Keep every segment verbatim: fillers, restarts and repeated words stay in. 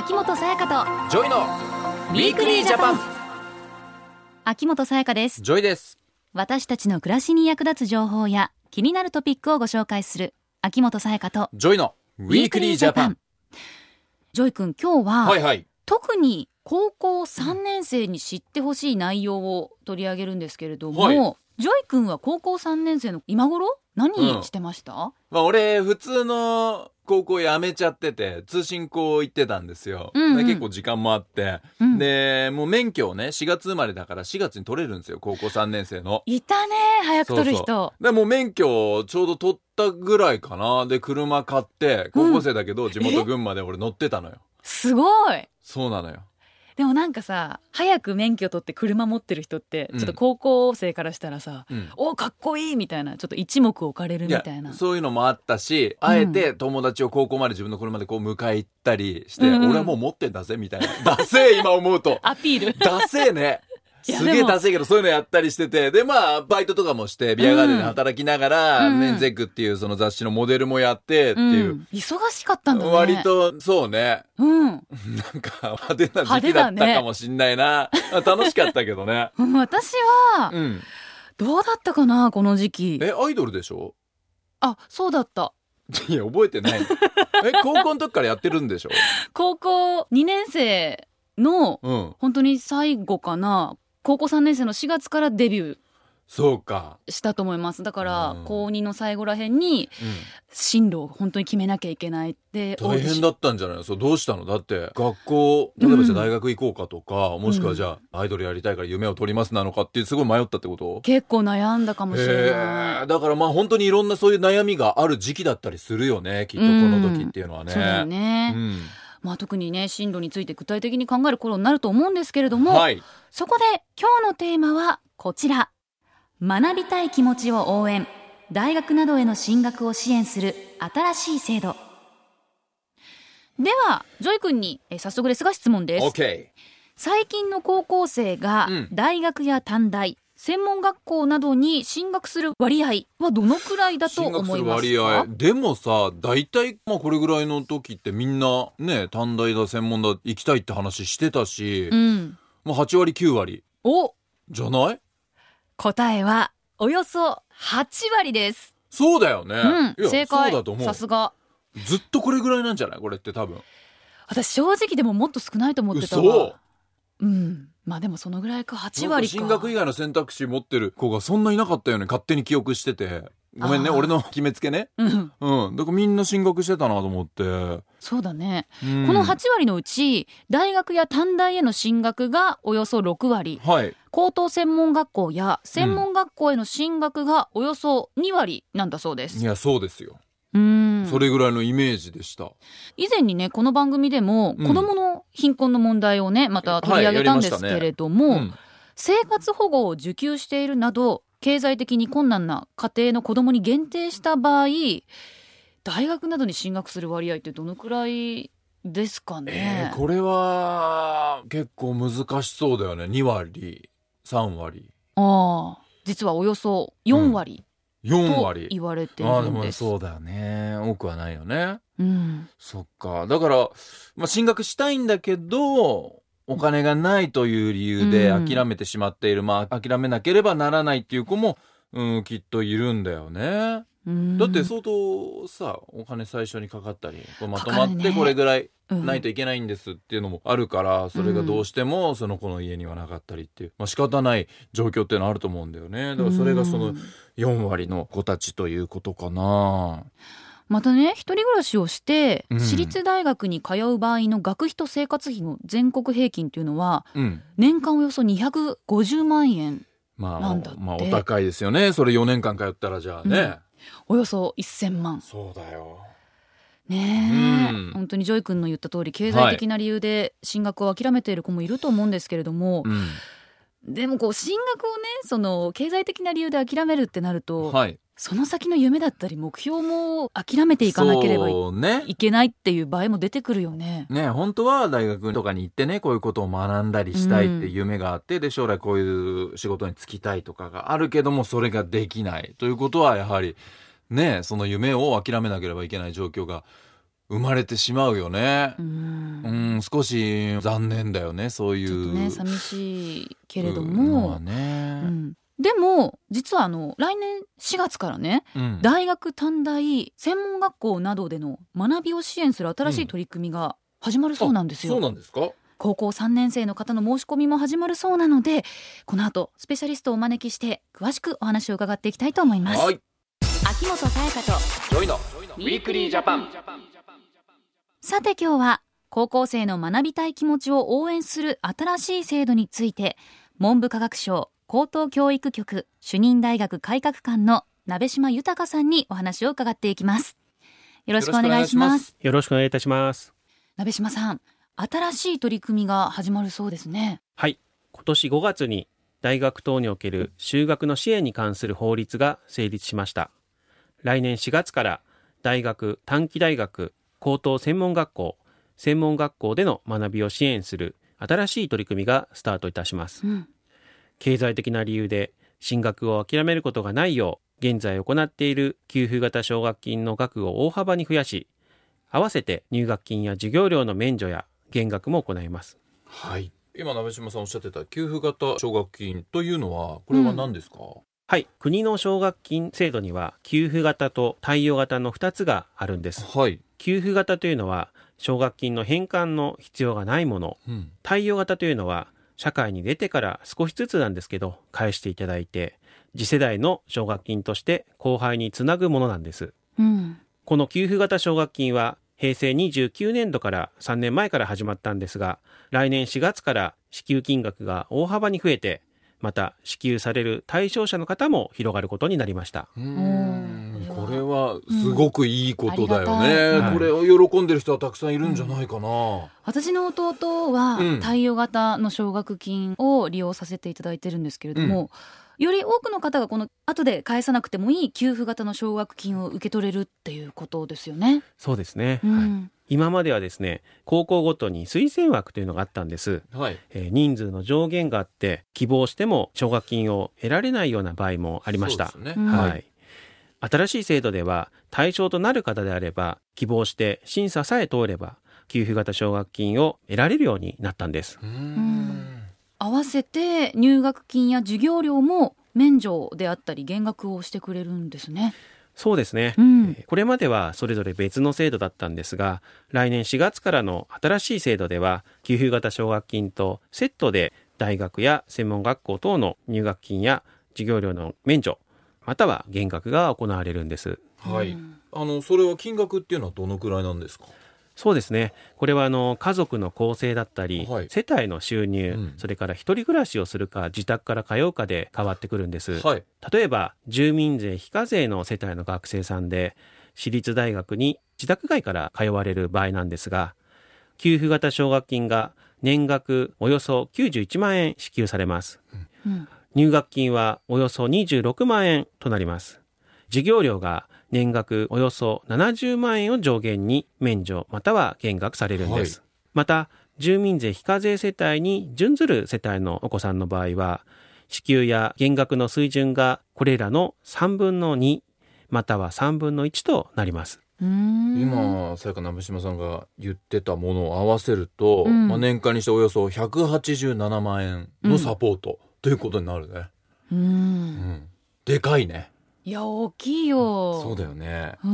秋元才加とジョイのウィークリージャパン。 ン。 秋元才加です。 ジョイです。 私たちの暮らしに役立つ情報や気になるトピックをご紹介する秋元才加とジョイのウィークリージャパン。 ジョイ君、今日は、 はいはい。 特に高校さんねん生に知ってほしい内容を取り上げるんですけれども、 はい、 ジョイ君は高校さんねん生の今頃何してました、うん、 まあ、俺普通の高校辞めちゃってて通信校行ってたんですよ、 うんうん、 で結構時間もあって、うん、でもう免許をねしがつ生まれだからしがつに取れるんですよ、高校さんねん生の。 いたね、早く取る人。そうそう、 でもう免許をちょうど取ったぐらいかな。で車買って高校生だけど、地元群馬で俺乗ってたのよ。 すごい。 そうなのよ。 でもなんかさ、早く免許取って車持ってる人ってちょっと高校生からしたらさ、うん、おかっこいいみたいな、ちょっと一目置かれるみたいな。 いやそういうのもあったし、あえて友達を高校まで自分の車でこう迎え行ったりして、うんうん、俺はもう持ってんだぜみたいな。ダセー今思うとアピールダセーね。すげえダセいけどそういうのやったりしてて、でまあバイトとかもしてビアガーデンで働きながら、うん、メンゼックっていうその雑誌のモデルもやってっていう、うん、 忙しかったんだね。 割とそうね、うん、なんか派手な時期だったかもしんないな、ね、楽しかったけどね、 うん、私は、うん、どうだったかなこの時期。 えアイドルでしょ。 あ、そうだった。 いや覚えてないえ高校の時からやってるんでしょ。 高校にねん生の、うん、本当に最後かな。高校さんねん生のしがつからデビューそうかしたと思います。だから、うん、高にの最後らへんに進路を本当に決めなきゃいけないって。 大変だったんじゃないの。そうどうしたの。だって学校例えばじゃあ大学行こうかとか、うん、もしくはじゃあアイドルやりたいから夢を取りますなのかってすごい迷ったってこと。 結構悩んだかもしれない。 だからまあ本当にいろんなそういう悩みがある時期だったりするよね、きっとこの時っていうのはね、うん、 そうだよね、うんまあ、特にね進路について具体的に考える頃になると思うんですけれども、はい、そこで今日のテーマはこちら。学びたい気持ちを応援、大学などへの進学を支援する新しい制度。ではジョイ君にえ早速ですが質問です、 okay. 最近の高校生が大学や短大、うん、専門学校などに進学する割合はどのくらいだと思いますか。進学する割合でもさ、大体まあこれぐらいの時ってみんなね短大だ専門だ行きたいって話してたし、うん、まあはちわりきゅうわりおじゃない。 答えはおよそはちわりです。 そうだよね、 うん、正解。そうだと思う。さすが。 ずっとこれぐらいなんじゃないこれって多分。 私正直でももっと少ないと思ってたわ。 嘘。 うんまあでもそのぐらいか。はちわりか。 進学以外の選択肢持ってる子がそんないなかったよね、勝手に記憶してて。ごめんね俺の決めつけね、うんうん、だからみんな進学してたなと思って。 そうだね、うん、このはちわりのうち大学や短大への進学がおよそろくわり、はい、高等専門学校や専門学校への進学がおよそにわりなんだそうです、 うん、いやそうですよ。 うんそれぐらいのイメージでした。 以前にねこの番組でも子どもの貧困の問題をねまた取り上げたんですけれども、はいねうん、生活保護を受給しているなど経済的に困難な家庭の子どもに限定した場合、大学などに進学する割合ってどのくらいですかね。 えー、これは結構難しそうだよね。にわりさんわり。 ああ実はおよそよんわり、うん、 よんわりと言われているんです。あでもそうだよね、多くはないよね、 うん、 そっか。だから、まあ、進学したいんだけどお金がないという理由で諦めてしまっている、うん、まあ諦めなければならないっていう子も、うん、きっといるんだよね、うん、だって相当さお金最初にかかったりまとまってこれぐらいないといけないんですっていうのもあるから、うん、それがどうしてもその子の家にはなかったりっていう、まあ、仕方ない状況っていうのはあると思うんだよね。だからそれがそのよんわりの子たちということかな。 またね一人暮らしをして私立大学に通う場合の学費と生活費の全国平均っていうのは、うん、年間およそにひゃくごじゅうまんえんなんだって、 まあ、まあお高いですよね。それよねんかん通ったらじゃあね、うん、 およそせんまん。 そうだよねえ、うん、本当にジョイ君の言った通り経済的な理由で進学を諦めている子もいると思うんですけれども、はい、でもこう進学をねその経済的な理由で諦めるってなると、はい、その先の夢だったり目標も諦めていかなければ い,、ね、いけないっていう場合も出てくるよね。 ね、本当は大学とかに行ってねこういうことを学んだりしたいっていう夢があって、うん、で将来こういう仕事に就きたいとかがあるけどもそれができないということはやはりねその夢を諦めなければいけない状況が生まれてしまうよね。 うんうん少し残念だよね、そういう。 ちょっとね寂しいけれども、 まあね、 うん、でも実はあの来年しがつからね、うん、大学短大専門学校などでの学びを支援する新しい取り組みが始まるそうなんですよ、 うん、そうなんですか。 高校さんねん生の方の申し込みも始まるそうなので、この後スペシャリストをお招きして詳しくお話を伺っていきたいと思います。はい、秋元彩香とジョイのウィークリージャパン。 さて今日は高校生の学びたい気持ちを応援する新しい制度について、文部科学省高等教育局主任大学改革官の鍋島豊さんにお話を伺っていきます。よろしくお願いします。 よろしくお願いいたします。 鍋島さん、新しい取り組みが始まるそうですね。 はい、今年ごがつに大学等における修学の支援に関する法律が成立しました。来年しがつから大学、短期大学、高等専門学校、専門学校での学びを支援する新しい取り組みがスタートいたします、うん、経済的な理由で進学を諦めることがないよう、現在行っている給付型奨学金の額を大幅に増やし、合わせて入学金や授業料の免除や減額も行います。 はい、今鍋島さんおっしゃってた給付型奨学金というのはこれは何ですか？うん、 はい、国の奨学金制度には給付型と貸与型のふたつがあるんです。 はい、 給付型というのは奨学金の返還の必要がないもの、うん、貸与型というのは社会に出てから少しずつなんですけど返していただいて、次世代の奨学金として後輩につなぐものなんです、うん、この給付型奨学金はへいせいにじゅうきゅうねんどからさんねんまえから始まったんですが、来年しがつから支給金額が大幅に増えて、また支給される対象者の方も広がることになりました。 うーん、これはすごくいいことだよね、 うん、 これを喜んでる人はたくさんいるんじゃないかな、うん、 私の弟は貸与型の奨学金を利用させていただいてるんですけれども、うん、より多くの方がこの後で返さなくてもいい給付型の奨学金を受け取れるっていうことですよね。 そうですね、 うん、 はい、今まではですね、高校ごとに推薦枠というのがあったんです、 はい、 えー、人数の上限があって希望しても奨学金を得られないような場合もありました。 そうですね、 はい、 はい、 新しい制度では対象となる方であれば希望して審査さえ通れば給付型奨学金を得られるようになったんです。 うーん、 合わせて入学金や授業料も免除であったり減額をしてくれるんですね。 そうですね、 うん、 これまではそれぞれ別の制度だったんですが、来年しがつからの新しい制度では給付型奨学金とセットで大学や専門学校等の入学金や授業料の免除または減額が行われるんです。 はい、あのそれは金額っていうのはどのくらいなんですか？ そうですね、これはあの家族の構成だったり、はい、世帯の収入、うん、それから一人暮らしをするか自宅から通うかで変わってくるんです、 はい、 例えば住民税非課税の世帯の学生さんで私立大学に自宅外から通われる場合なんですが、給付型奨学金が年額およそきゅうじゅういちまんえん支給されます、うんうん、入学金はおよそにじゅうろくまんえんとなります。授業料が年額およそななじゅうまんえんを上限に免除または減額されるんです、はい、また住民税非課税世帯に準ずる世帯のお子さんの場合は支給や減額の水準がこれらのさんぶんのにまたはさんぶんのいちとなります。 うーん、 今さやか鍋島さんが言ってたものを合わせると、 うん、 まあ、年間にしておよそひゃくはちじゅうななまんえんのサポート、うん、ということになるね。 うん、うん、 でかいね。 いや大きいよ。 そうだよね、 うん、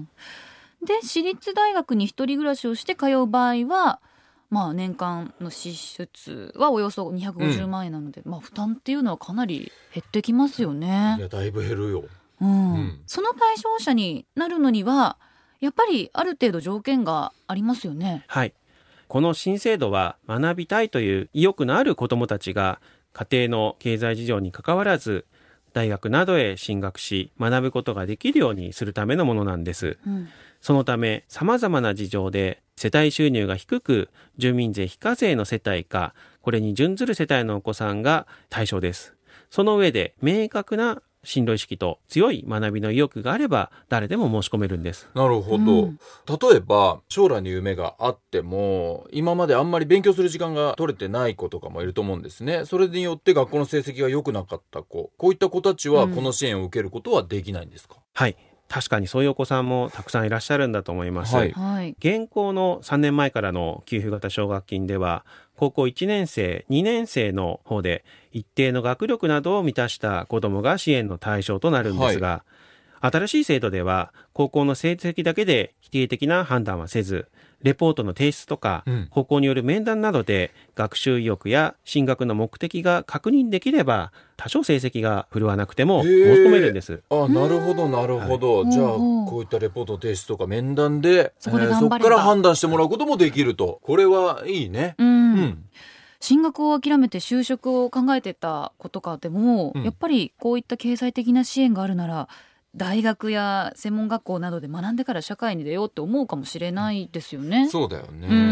で私立大学に一人暮らしをして通う場合は、まあ、年間の支出はおよそにひゃくごじゅうまんえんなので、うん、まあ、負担っていうのはかなり減ってきますよね。 いやだいぶ減るよ、 うんうん、その対象者になるのにはやっぱりある程度条件がありますよね。 はい、この新制度は学びたいという意欲のある子どもたちが家庭の経済事情にかかわらず大学などへ進学し学ぶことができるようにするためのものなんです、うん、そのため様々な事情で世帯収入が低く住民税非課税の世帯かこれに準ずる世帯のお子さんが対象です。その上で明確な進路意識と強い学びの意欲があれば誰でも申し込めるんです。 なるほど、うん、例えば将来の夢があっても今まであんまり勉強する時間が取れてない子とかもいると思うんですね。それによって学校の成績が良くなかった子、こういった子たちはこの支援を受けることはできないんですか？ うん、はい、 確かにそういうお子さんもたくさんいらっしゃるんだと思います、 はいはい現行のさんねんまえからの給付型奨学金では高校いちねん生にねん生の方で一定の学力などを満たした子どもが支援の対象となるんですが、はい、新しい制度では高校の成績だけで否定的な判断はせず、レポートの提出とか、うん、高校による面談などで学習意欲や進学の目的が確認できれば多少成績が振るわなくても申し込めるんです。 あ、なるほどなるほど、はい、じゃあこういったレポート提出とか面談でそこで頑張れば、えー、そこから判断してもらうこともできると。これはいいね。 うん、うん進学を諦めて就職を考えてた子とかでも、うん、やっぱりこういった経済的な支援があるなら大学や専門学校などで学んでから社会に出ようって思うかもしれないですよね。 そうだよね、うん、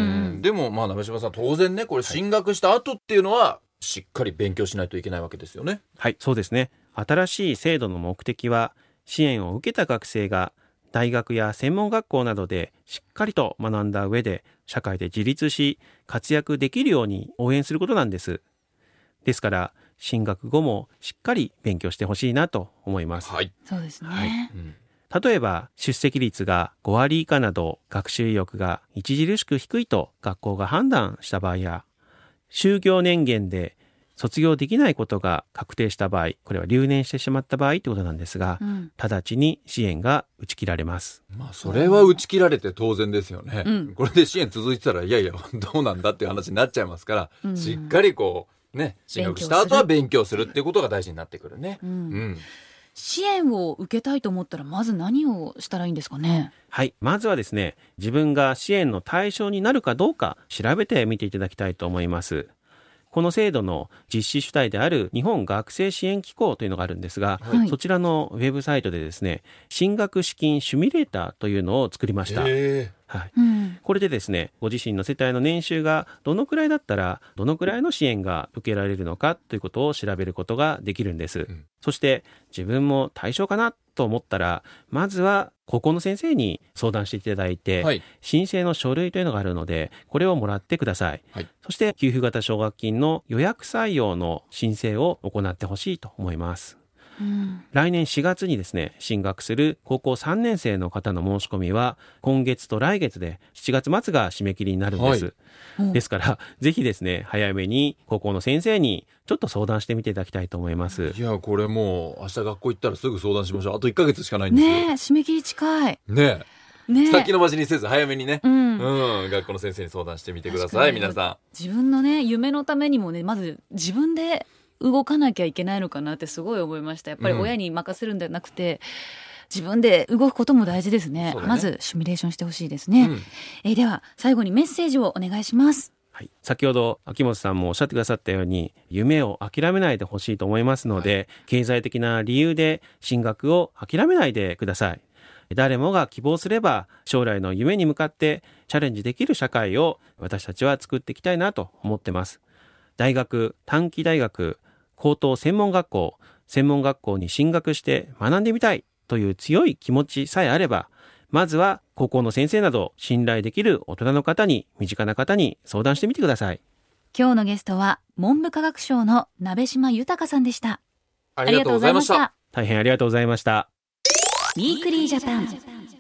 でもまあ鍋島さん当然ねこれ進学した後っていうのはしっかり勉強しないといけないわけですよね。 はい、そうですね。新しい制度の目的は支援を受けた学生が大学や専門学校などでしっかりと学んだ上で社会で自立し活躍できるように応援することなんです。ですから進学後もしっかり勉強してほしいなと思います。 はい、そうですね、 はいうん、例えば出席率がごわり以下など学習意欲が著しく低いと学校が判断した場合や就業年限で卒業できないことが確定した場合、これは留年してしまった場合ということなんですが、うん、直ちに支援が打ち切られます。 まあそれは打ち切られて当然ですよね、うん、これで支援続いてたらいやいやどうなんだっていう話になっちゃいますから、うん、しっかりこうね進学した後は勉強するっていうことが大事になってくるね、うんうん、 支援を受けたいと思ったらまず何をしたらいいんですかね。 はい、まずはですね自分が支援の対象になるかどうか調べてみていただきたいと思います。この制度の実施主体である日本学生支援機構というのがあるんですが、はい、そちらのウェブサイトでですね進学資金シミュレーターというのを作りました。はいうん、これでですねご自身の世帯の年収がどのくらいだったらどのくらいの支援が受けられるのかということを調べることができるんです、うん、そして自分も対象かなと思ったらまずは高校の先生に相談していただいて、はい、申請の書類というのがあるのでこれをもらってください、はい、そして給付型奨学金の予約採用の申請を行ってほしいと思います。うん、来年しがつにですね進学する高校さんねん生の方の申し込みは今月と来月でしちがつ末が締め切りになるんです、はい、ですからぜひですね早めに高校の先生にちょっと相談してみていただきたいと思います。 いやこれもう明日学校行ったらすぐ相談しましょう。あといっかげつしかないんですよね。締め切り近いねえね先延ばしにせず早めにね、うんうん、学校の先生に相談してみてください。皆さん自分のね夢のためにもねまず自分で動かなきゃいけないのかなってすごい思いました。やっぱり親に任せるんじゃなくて、うん、自分で動くことも大事です ね, ねまずシミュレーションしてほしいですね、うん、えでは最後にメッセージをお願いします。 はい、先ほど秋元さんもおっしゃってくださったように夢を諦めないでほしいと思いますので、はい、経済的な理由で進学を諦めないでください。誰もが希望すれば将来の夢に向かってチャレンジできる社会を私たちは作っていきたいなと思ってます。大学、短期大学、高等専門学校、専門学校に進学して学んでみたいという強い気持ちさえあれば、まずは高校の先生など信頼できる大人の方に、身近な方に相談してみてください。 今日のゲストは文部科学省の鍋島豊さんでした。 ありがとうございました。 大変ありがとうございました。 ウィークリージャパン。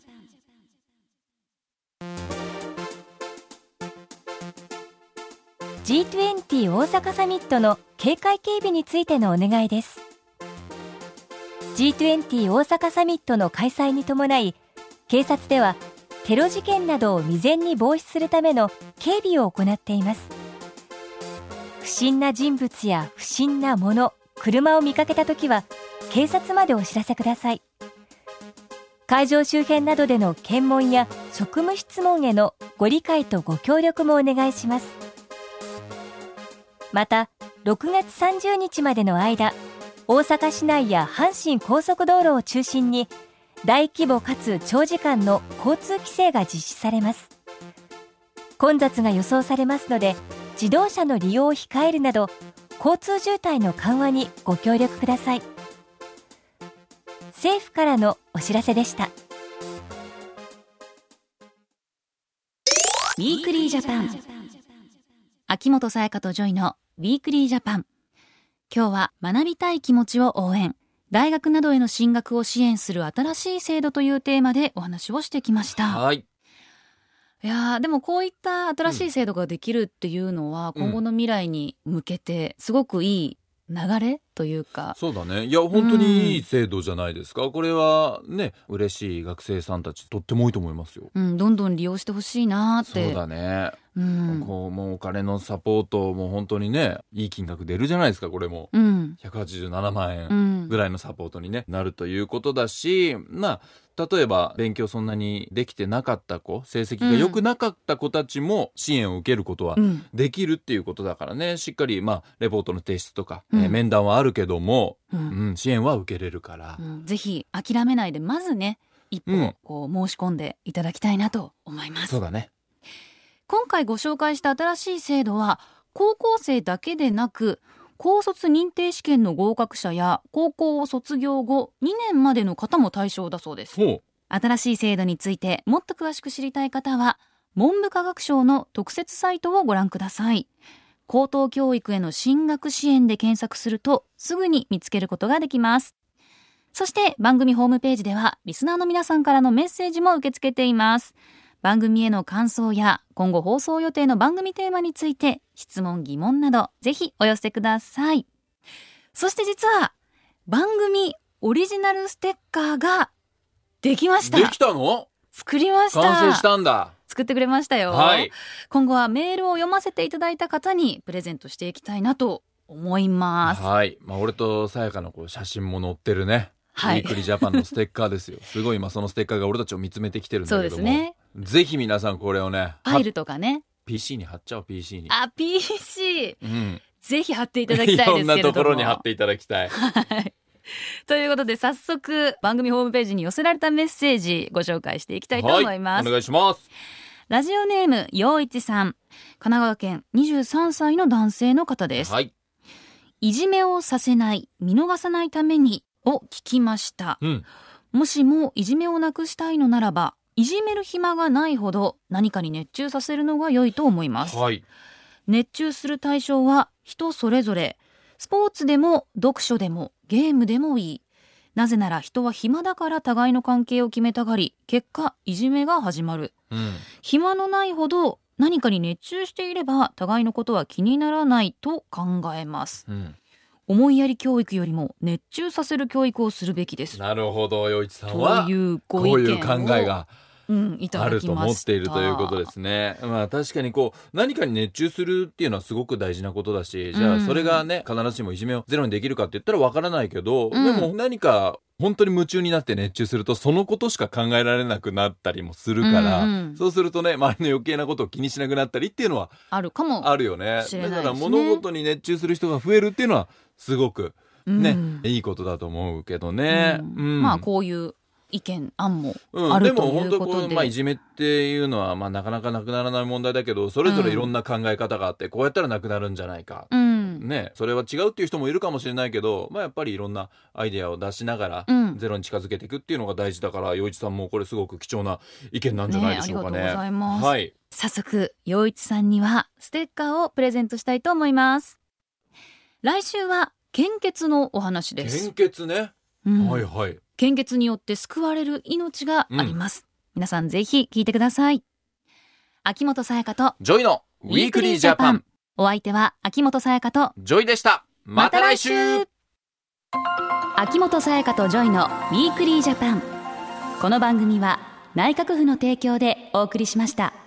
ジートゥエンティー 大阪サミットの警戒警備についてのお願いです。 ジートゥエンティー 大阪サミットの開催に伴い、警察ではテロ事件などを未然に防止するための警備を行っています。不審な人物や不審なもの、車を見かけたときは警察までお知らせください。会場周辺などでの検問や職務質問へのご理解とご協力もお願いします。またろくがつさんじゅうにちまでの間、大阪市内や阪神高速道路を中心に大規模かつ長時間の交通規制が実施されます。混雑が予想されますので、自動車の利用を控えるなど交通渋滞の緩和にご協力ください。政府からのお知らせでした。 ウィークリージャパン。秋元才加とジョイのウィークリージャパン。今日は学びたい気持ちを応援、 大学などへの進学を支援する新しい制度というテーマでお話をしてきました。 はい。 いやでもこういった新しい制度ができるっていうのは、今後の未来に向けてすごくいい流れというか。 そうだね。いや本当にいい制度じゃないですか、うん、これはね嬉しい学生さんたちとっても多いと思いますよ、 うん、どんどん利用してほしいなって。 そうだね、 うん、 こうもうお金のサポートも本当にねいい金額出るじゃないですか。これも、 うん、 ひゃくはちじゅうななまんえんぐらいのサポートに、ね、なるということだし、まあ例えば勉強そんなにできてなかった子、成績が良くなかった子たちも支援を受けることはできるっていうことだからね、しっかりまあレポートの提出とか、うん、えー、面談はあるけども、うんうん、支援は受けれるから、 うん、ぜひ諦めないでまずね一歩こう申し込んでいただきたいなと思います、うん、 そうだね。 今回ご紹介した新しい制度は高校生だけでなく高卒認定試験の合格者や高校を卒業後にねんまでの方も対象だそうです。新しい制度についてもっと詳しく知りたい方は文部科学省の特設サイトをご覧ください。高等教育への進学支援で検索するとすぐに見つけることができます。そして番組ホームページではリスナーの皆さんからのメッセージも受け付けています。番組への感想や今後放送予定の番組テーマについて質問疑問などぜひお寄せください。そして実は番組オリジナルステッカーができました。 できたの？ 作りました。 完成したんだ。 作ってくれましたよ、はい、今後はメールを読ませていただいた方にプレゼントしていきたいなと思います。 はい、まあ、俺とさやかのこう写真も載ってるね、はい、ウィークリージャパンのステッカーですよすごい今そのステッカーが俺たちを見つめてきてるんだけども、そうですね、ぜひ皆さんこれをねファイルとかねピーシー に貼っちゃおう。 ピーシー にあ ピーシー、うん、ぜひ貼っていただきたいですけれどもいろんなところに貼っていただきたいはいということで早速番組ホームページに寄せられたメッセージご紹介していきたいと思います、 はい、お願いします。 ラジオネーム陽一さん、神奈川県にじゅうさんさいの男性の方です、はい、いじめをさせない見逃さないためにを聞きました、うん、もしもいじめをなくしたいのならばいじめる暇がないほど何かに熱中させるのが良いと思います、はい、熱中する対象は人それぞれ、スポーツでも読書でもゲームでもいい。なぜなら人は暇だから互いの関係を決めたがり、結果いじめが始まる、うん、暇のないほど何かに熱中していれば互いのことは気にならないと考えます、うん、思いやり教育よりも熱中させる教育をするべきです。 なるほど、陽一さんはというご意見をこういう考えがうん、いただあるきました。 と思っているということですね。まあ確かにこう何かに熱中するっていうのはすごく大事なことだし、じゃあそれがね、うん、必ずしもいじめをゼロにできるかって言ったらわからないけど、うん、でも何か本当に夢中になって熱中するとそのことしか考えられなくなったりもするから、うんうん、そうするとね周りの余計なことを気にしなくなったりっていうのはあるかもあるよね。 しれないですね。 だから物事に熱中する人が増えるっていうのはすごくね、うん、いいことだと思うけどね、 うんうん、まあこういう意見案もある、うん、ということで、でも本当こう、 まあ、いじめっていうのは、まあ、なかなかなくならない問題だけどそれぞれいろんな考え方があって、うん、こうやったらなくなるんじゃないか、うんね、それは違うっていう人もいるかもしれないけど、まあ、やっぱりいろんなアイデアを出しながら、うん、ゼロに近づけていくっていうのが大事だから陽一さんもこれすごく貴重な意見なんじゃないでしょうかね。 ね、ありがとうございます、はい、早速陽一さんにはステッカーをプレゼントしたいと思います。来週は献血のお話です。 献血ね、うん、はいはい。 献血によって救われる命があります、うん、皆さんぜひ聞いてください。秋元才加とジョイのウィークリージャパン、 お相手は秋元才加とジョイでした。また来週。 秋元才加とジョイのウィークリージャパン、この番組は内閣府の提供でお送りしました。